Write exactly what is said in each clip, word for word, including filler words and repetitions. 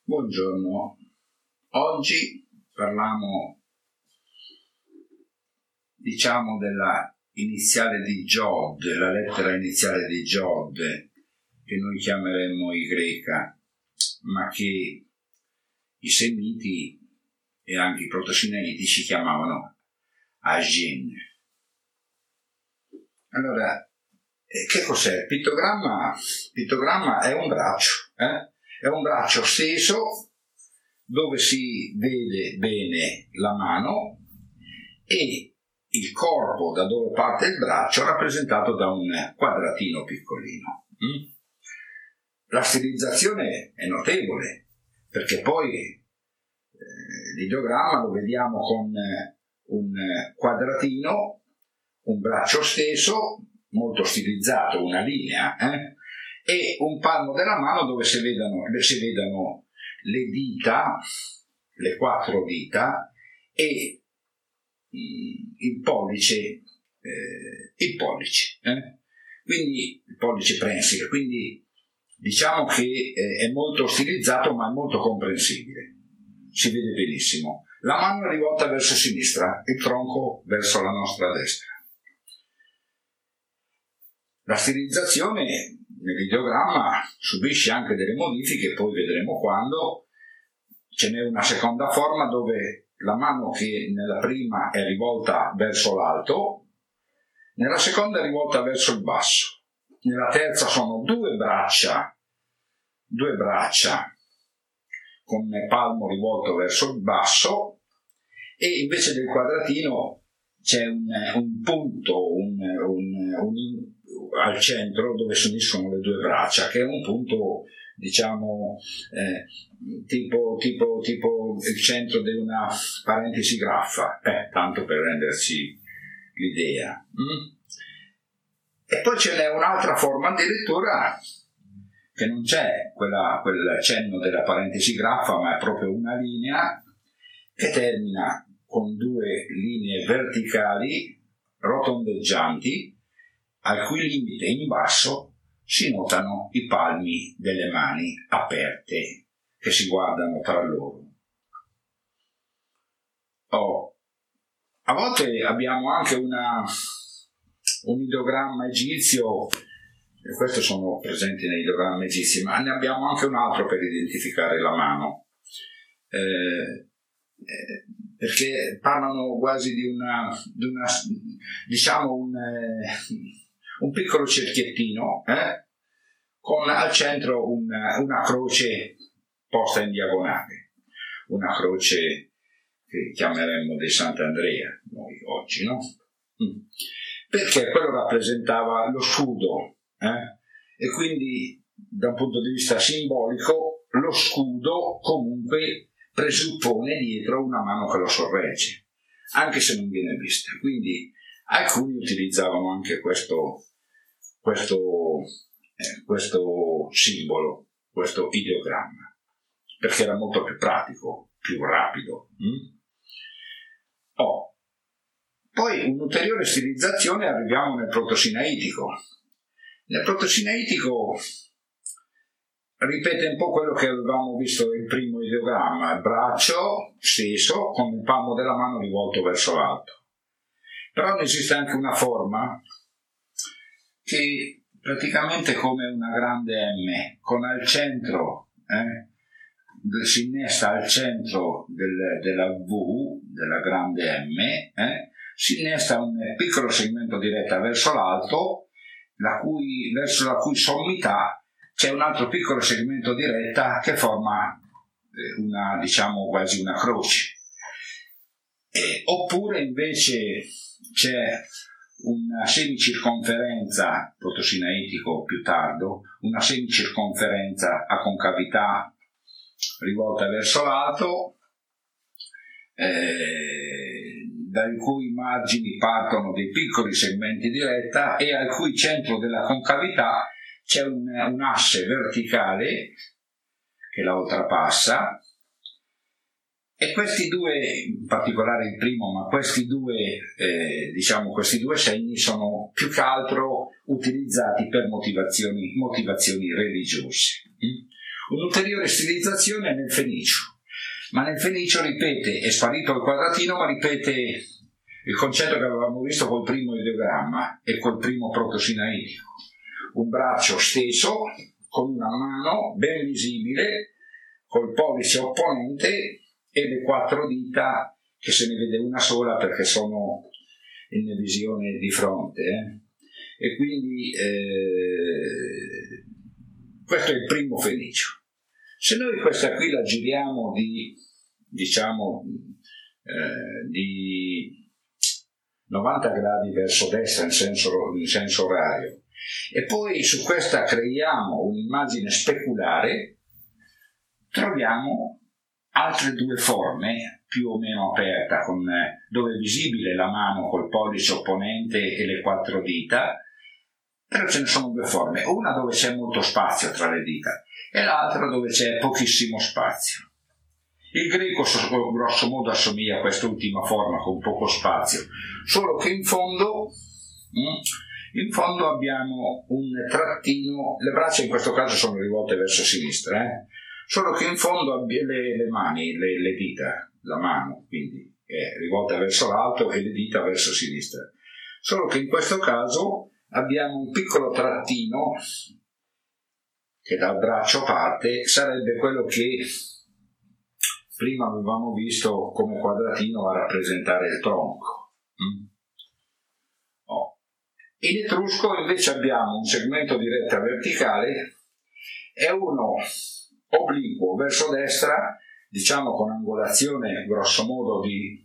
Buongiorno, oggi parliamo diciamo della iniziale di Giode, la lettera iniziale di Giode, che noi chiameremmo Y greca, ma che i semiti e anche i protosinaitici chiamavano Ajin. Allora, che cos'è? Il pittogramma, il pittogramma è un braccio, eh? È un braccio steso dove si vede bene la mano e il corpo da dove parte il braccio rappresentato da un quadratino piccolino. La stilizzazione è notevole perché poi eh, l'ideogramma lo vediamo con un quadratino, un braccio steso, molto stilizzato, una linea, eh? e un palmo della mano dove si vedano, si vedano le dita, le quattro dita e il pollice, eh, il pollice, eh? quindi il pollice prensile, quindi diciamo che eh, è molto stilizzato ma è molto comprensibile, si vede benissimo. La mano è rivolta verso sinistra, il tronco verso la nostra destra. La stilizzazione nell'ideogramma subisce anche delle modifiche, poi vedremo quando. Ce n'è una seconda forma dove la mano che nella prima è rivolta verso l'alto, nella seconda è rivolta verso il basso, nella terza sono due braccia, due braccia con il palmo rivolto verso il basso e invece del quadratino c'è un, un punto, un, un, un al centro dove si uniscono le due braccia, che è un punto diciamo eh, tipo, tipo, tipo il centro di una parentesi graffa, eh, tanto per renderci l'idea. Mm? E poi ce n'è un'altra forma addirittura che non c'è quella, quel cenno della parentesi graffa, ma è proprio una linea che termina con due linee verticali rotondeggianti al cui limite in basso si notano i palmi delle mani aperte che si guardano tra loro. Oh, a volte abbiamo anche una, un ideogramma egizio, e questi sono presenti nei ideogrammi egizi, ma ne abbiamo anche un altro per identificare la mano, eh, eh, perché parlano quasi di una, di una diciamo un... Eh, un piccolo cerchiettino eh, con al centro una, una croce posta in diagonale, una croce che chiameremmo di Sant'Andrea noi oggi, no? Mm. Perché quello rappresentava lo scudo eh? e quindi da un punto di vista simbolico lo scudo comunque presuppone dietro una mano che lo sorregge, anche se non viene vista. Quindi alcuni utilizzavano anche questo Questo, eh, questo simbolo, questo ideogramma, perché era molto più pratico, più rapido. Mm? Oh. Poi un'ulteriore stilizzazione arriviamo nel protosinaitico. Nel protosinaitico ripete un po' quello che avevamo visto nel primo ideogramma, il braccio steso con il palmo della mano rivolto verso l'alto. Però ne esiste anche una forma che praticamente come una grande M, con al centro, eh, si innesta al centro del, della V, della grande M, eh, si innesta un piccolo segmento di retta verso l'alto, la cui, verso la cui sommità c'è un altro piccolo segmento di retta che forma una, diciamo, quasi una croce. Eh, oppure invece c'è una semicirconferenza, protosinaitico più tardo, una semicirconferenza a concavità rivolta verso l'alto, eh, dai cui margini partono dei piccoli segmenti di retta e al cui centro della concavità c'è un, un asse verticale che la oltrepassa. E questi due, in particolare il primo, ma questi due, eh, diciamo, questi due segni sono più che altro utilizzati per motivazioni, motivazioni religiose. Un'ulteriore stilizzazione è nel fenicio, ma nel fenicio ripete, è sparito il quadratino, ma ripete il concetto che avevamo visto col primo ideogramma e col primo protosinaitico. Un braccio steso, con una mano ben visibile, col pollice opponente e le quattro dita, che se ne vede una sola perché sono in visione di fronte. Eh? E quindi eh, questo è il primo fenicio. Se noi questa qui la giriamo di, diciamo, eh, di novanta gradi verso destra in senso, in senso orario, e poi su questa creiamo un'immagine speculare, troviamo altre due forme più o meno aperta, con, dove è visibile la mano col pollice opponente e le quattro dita, però ce ne sono due forme, una dove c'è molto spazio tra le dita e l'altra dove c'è pochissimo spazio. Il greco grosso modo assomiglia a quest'ultima forma con poco spazio, solo che in fondo, in fondo abbiamo un trattino, le braccia in questo caso sono rivolte verso sinistra, eh? Solo che in fondo le, le mani, le, le dita, la mano quindi è rivolta verso l'alto e le dita verso sinistra, solo che in questo caso abbiamo un piccolo trattino che dal braccio parte, sarebbe quello che prima avevamo visto come quadratino a rappresentare il tronco. Mm? Oh. In etrusco invece abbiamo un segmento di retta verticale e uno obliquo verso destra, diciamo con angolazione grosso modo di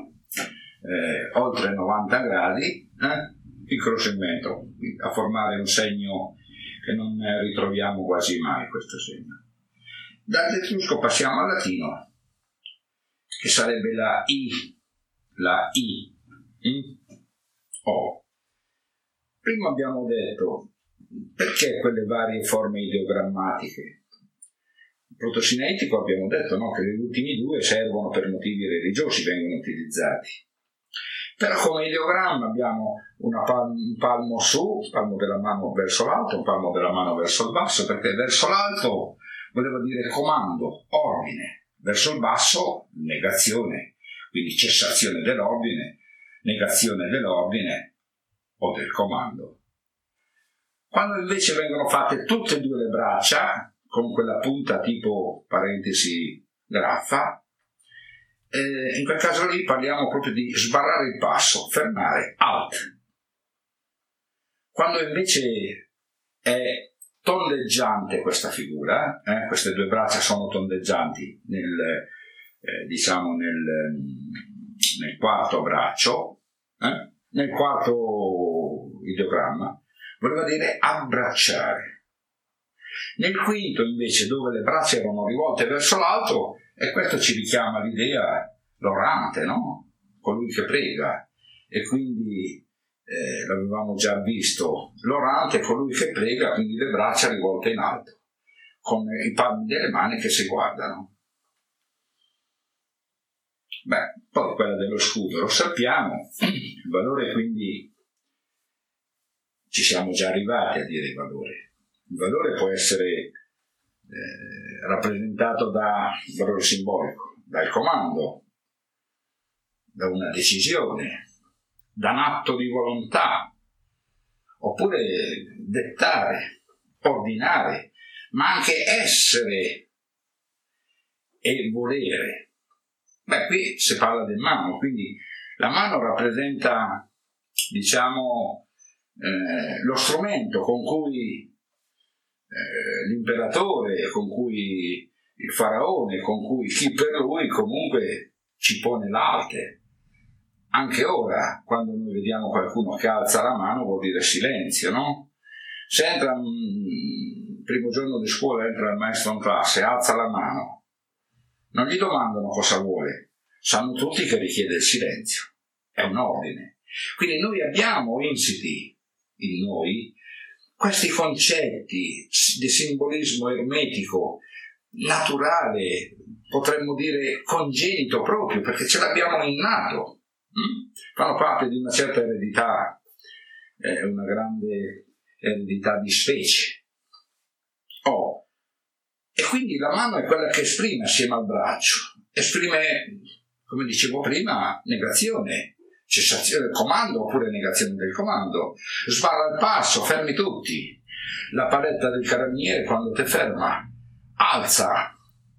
eh, oltre novanta gradi, eh? Piccolo segmento, a formare un segno che non ritroviamo quasi mai, questo segno. Dall'etrusco passiamo al latino, che sarebbe la I, la I, mm? O. Prima abbiamo detto, perché quelle varie forme ideogrammatiche? Il protosinaitico abbiamo detto no, che gli ultimi due servono per motivi religiosi, vengono utilizzati. Però come ideogramma abbiamo una palmo, un palmo su, un palmo della mano verso l'alto, un palmo della mano verso il basso, perché verso l'alto voleva dire comando, ordine, verso il basso negazione, quindi cessazione dell'ordine, negazione dell'ordine o del comando. Quando invece vengono fatte tutte e due le braccia, con quella punta tipo parentesi graffa, Eh, in quel caso lì parliamo proprio di sbarrare il passo, fermare, halt. Quando invece è tondeggiante questa figura, eh, queste due braccia sono tondeggianti nel, eh, diciamo nel, nel quarto braccio, eh, nel quarto ideogramma, voleva dire abbracciare. Nel quinto invece, dove le braccia erano rivolte verso l'alto, e questo ci richiama l'idea l'orante, no? Colui che prega, e quindi eh, l'avevamo già visto, l'orante è colui che prega, quindi le braccia rivolte in alto, con i palmi delle mani che si guardano. Beh, poi quella dello scudo lo sappiamo, il valore quindi ci siamo già arrivati a dire il valore. Il valore può essere Eh, rappresentato da valore simbolico, dal comando, da una decisione, da un atto di volontà, oppure dettare, ordinare, ma anche essere e volere. Beh, qui si parla del mano, quindi la mano rappresenta, diciamo, eh, lo strumento con cui Eh, l'imperatore, con cui il faraone, con cui chi per lui comunque ci pone l'arte. Anche ora, quando noi vediamo qualcuno che alza la mano, vuol dire silenzio, no? Se entra il primo giorno di scuola, entra il maestro in classe, alza la mano, non gli domandano cosa vuole, sanno tutti che richiede il silenzio, è un ordine. Quindi noi abbiamo insiti in noi questi concetti di simbolismo ermetico, naturale, potremmo dire congenito proprio, perché ce l'abbiamo innato, hm? Fanno parte di una certa eredità, eh, una grande eredità di specie. Oh. E quindi la mano è quella che esprime assieme al braccio, esprime, come dicevo prima, negazione, cessazione del comando oppure negazione del comando, sbarra il passo, fermi tutti, la paletta del carabiniere quando ti ferma, alza,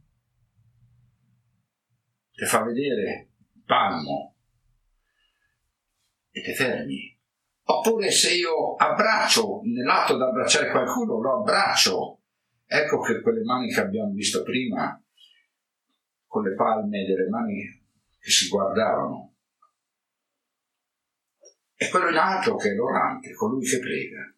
ti fa vedere il palmo e ti fermi. Oppure se io abbraccio, nell'atto di abbracciare qualcuno, lo abbraccio, ecco che quelle mani che abbiamo visto prima, con le palme delle mani che si guardavano, e quello in alto che è l'orante, colui che prega.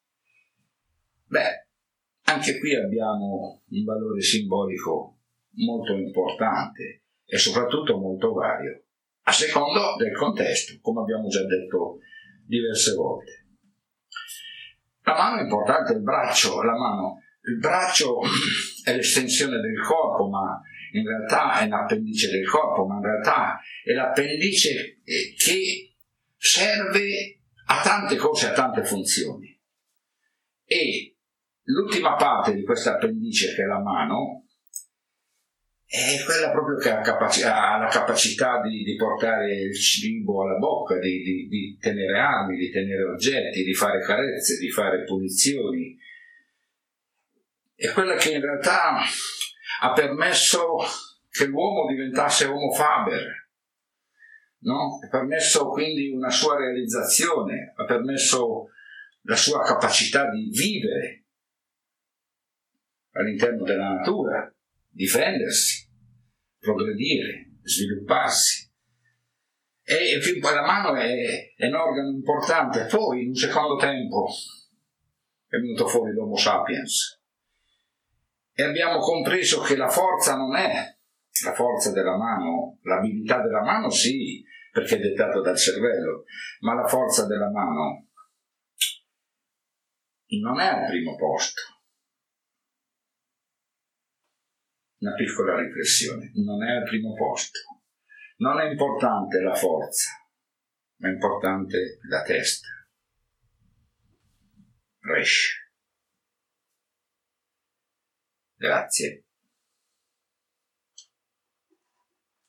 Beh, anche qui abbiamo un valore simbolico molto importante e soprattutto molto vario, a secondo del contesto, come abbiamo già detto diverse volte. La mano è importante, il braccio, la mano, il braccio è l'estensione del corpo, ma in realtà è un appendice del corpo, ma in realtà è l'appendice che serve a tante cose, a tante funzioni. E l'ultima parte di questa appendice, che è la mano, è quella proprio che ha, capaci- ha la capacità di, di portare il cibo alla bocca, di, di, di tenere armi, di tenere oggetti, di fare carezze, di fare punizioni. È quella che in realtà ha permesso che l'uomo diventasse homo faber, no? Ha permesso quindi una sua realizzazione, ha permesso la sua capacità di vivere all'interno della natura, difendersi, progredire, svilupparsi. E fin poi la mano è, è un organo importante. Poi, in un secondo tempo, è venuto fuori l'Homo sapiens e abbiamo compreso che la forza non è la forza della mano, l'abilità della mano sì, perché è dettata dal cervello, ma la forza della mano non è al primo posto. Una piccola riflessione, non è al primo posto. Non è importante la forza, ma è importante la testa. Resce. Grazie.